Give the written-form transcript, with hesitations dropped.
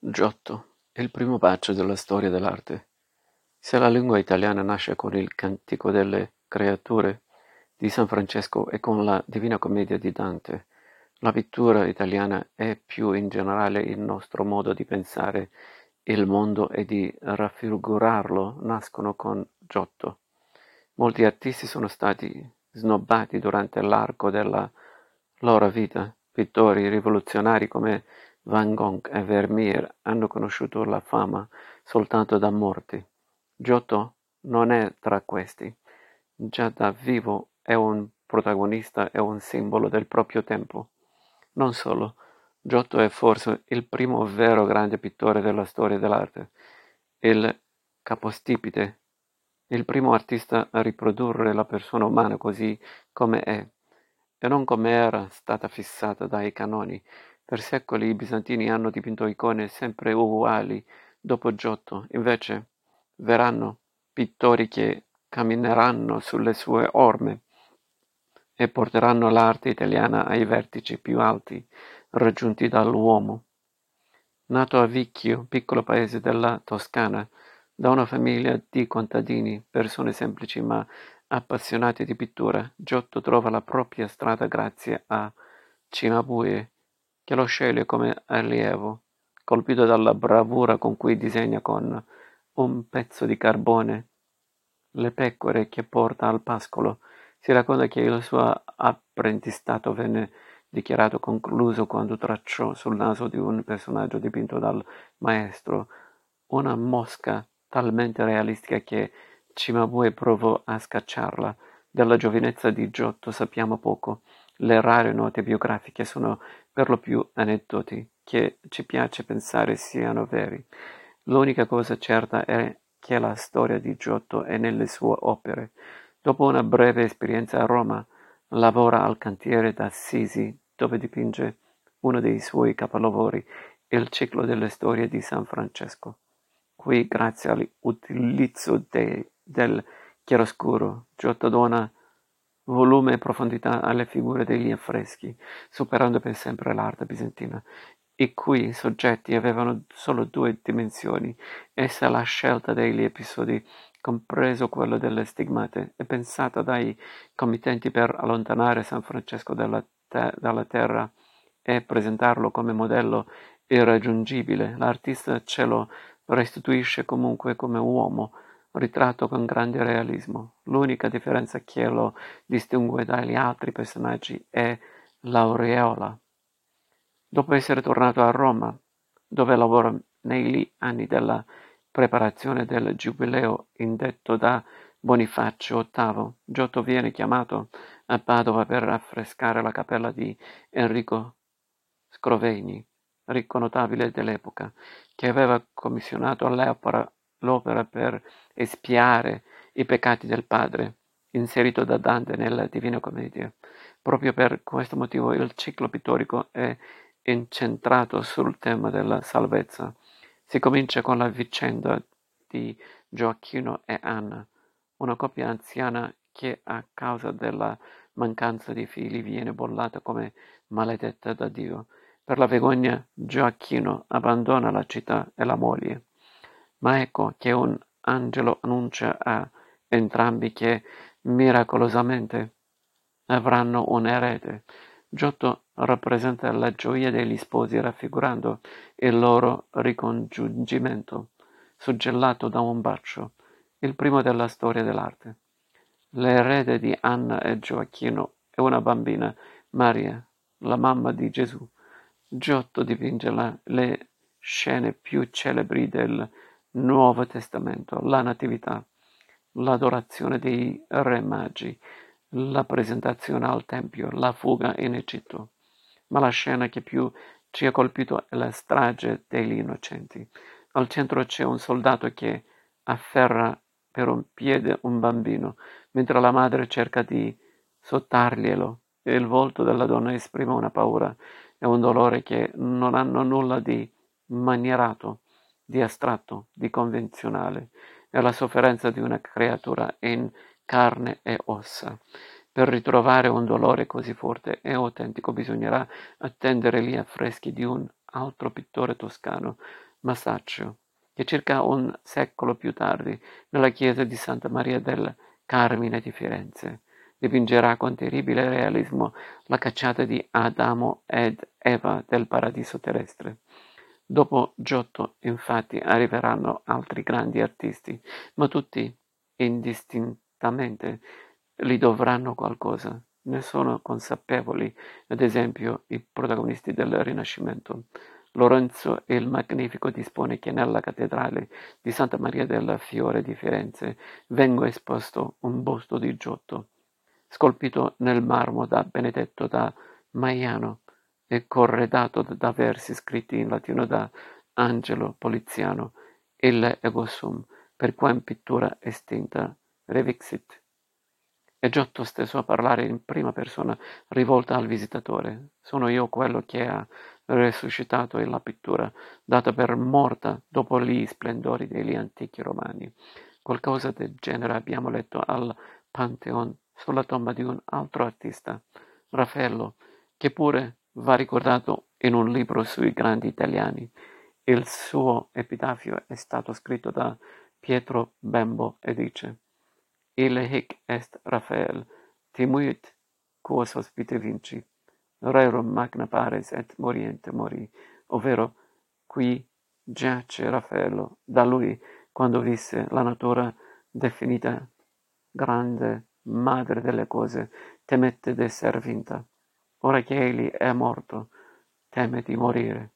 Giotto è il primo bacio della storia dell'arte. Se la lingua italiana nasce con il Cantico delle Creature di San Francesco e con la Divina Commedia di Dante, la pittura italiana e più in generale il nostro modo di pensare il mondo e di raffigurarlo nascono con Giotto. Molti artisti sono stati snobbati durante l'arco della loro vita. Pittori rivoluzionari come Van Gogh e Vermeer hanno conosciuto la fama soltanto da morti. Giotto non è tra questi. Già da vivo è un protagonista e un simbolo del proprio tempo. Non solo, Giotto è forse il primo vero grande pittore della storia dell'arte, il capostipite, il primo artista a riprodurre la persona umana così come è, e non come era stata fissata dai canoni. Per secoli i bizantini hanno dipinto icone sempre uguali dopo Giotto, invece verranno pittori che cammineranno sulle sue orme e porteranno l'arte italiana ai vertici più alti raggiunti dall'uomo. Nato a Vicchio, piccolo paese della Toscana, da una famiglia di contadini, persone semplici ma appassionate di pittura, Giotto trova la propria strada grazie a Cimabue, che lo sceglie come allievo, colpito dalla bravura con cui disegna con un pezzo di carbone le pecore che porta al pascolo. Si racconta che il suo apprendistato venne dichiarato concluso quando tracciò sul naso di un personaggio dipinto dal maestro una mosca talmente realistica che Cimabue provò a scacciarla. Della giovinezza di Giotto sappiamo poco. Le rare note biografiche sono per lo più aneddoti che ci piace pensare siano veri. L'unica cosa certa è che la storia di Giotto è nelle sue opere. Dopo una breve esperienza a Roma, lavora al cantiere d'Assisi, dove dipinge uno dei suoi capolavori, il ciclo delle storie di San Francesco. Qui, grazie all'utilizzo del chiaroscuro, Giotto dona volume e profondità alle figure degli affreschi, superando per sempre l'arte bizantina, i cui soggetti avevano solo due dimensioni. Essa la scelta degli episodi, compreso quello delle stigmate, è pensata dai committenti per allontanare San Francesco dalla terra e presentarlo come modello irraggiungibile. L'artista ce lo restituisce comunque come uomo, ritratto con grande realismo. L'unica differenza che lo distingue dagli altri personaggi è l'aureola. Dopo essere tornato a Roma, dove lavora negli anni della preparazione del Giubileo indetto da Bonifacio VIII, Giotto viene chiamato a Padova per affrescare la cappella di Enrico Scrovegni, ricco notabile dell'epoca, che aveva commissionato l'opera per espiare i peccati del padre, inserito da Dante nella Divina Commedia. Proprio per questo motivo il ciclo pittorico è incentrato sul tema della salvezza. Si comincia con la vicenda di Gioacchino e Anna, una coppia anziana che a causa della mancanza di figli viene bollata come maledetta da Dio. Per la vergogna Gioacchino abbandona la città e la moglie, ma ecco che un angelo annuncia a entrambi che miracolosamente avranno un erede. Giotto rappresenta la gioia degli sposi raffigurando il loro ricongiungimento, suggellato da un bacio, il primo della storia dell'arte. L'erede di Anna e Gioacchino è una bambina, Maria, la mamma di Gesù. Giotto dipinge le scene più celebri del Nuovo Testamento, la Natività, l'adorazione dei Re Magi, la presentazione al Tempio, la fuga in Egitto. Ma la scena che più ci ha colpito è la strage degli innocenti. Al centro c'è un soldato che afferra per un piede un bambino, mentre la madre cerca di sottarglielo, e il volto della donna esprime una paura e un dolore che non hanno nulla di manierato, di astratto, di convenzionale. È la sofferenza di una creatura in carne e ossa. Per ritrovare un dolore così forte e autentico bisognerà attendere gli affreschi di un altro pittore toscano, Masaccio, che circa un secolo più tardi, nella chiesa di Santa Maria del Carmine di Firenze, dipingerà con terribile realismo la cacciata di Adamo ed Eva del paradiso terrestre. Dopo Giotto, infatti, arriveranno altri grandi artisti, ma tutti, indistintamente, gli dovranno qualcosa. Ne sono consapevoli, ad esempio, i protagonisti del Rinascimento. Lorenzo il Magnifico dispone che nella cattedrale di Santa Maria del Fiore di Firenze venga esposto un busto di Giotto, scolpito nel marmo da Benedetto da Maiano e corredato da versi scritti in latino da Angelo Poliziano, il ego sum, per quam pittura estinta revixit. È Giotto stesso a parlare in prima persona, rivolta al visitatore. Sono io quello che ha resuscitato la pittura, data per morta dopo gli splendori degli antichi romani. Qualcosa del genere abbiamo letto al Pantheon sulla tomba di un altro artista, Raffaello, che pure va ricordato in un libro sui grandi italiani. Il suo epitafio è stato scritto da Pietro Bembo e dice: Ille hic est Raphael, timuit quos hospite vinci, rerum magna pares et moriente mori, ovvero qui giace Raffaello, da lui quando visse la natura definita grande madre delle cose, temette d'esser vinta. Ora che egli è morto, teme di morire.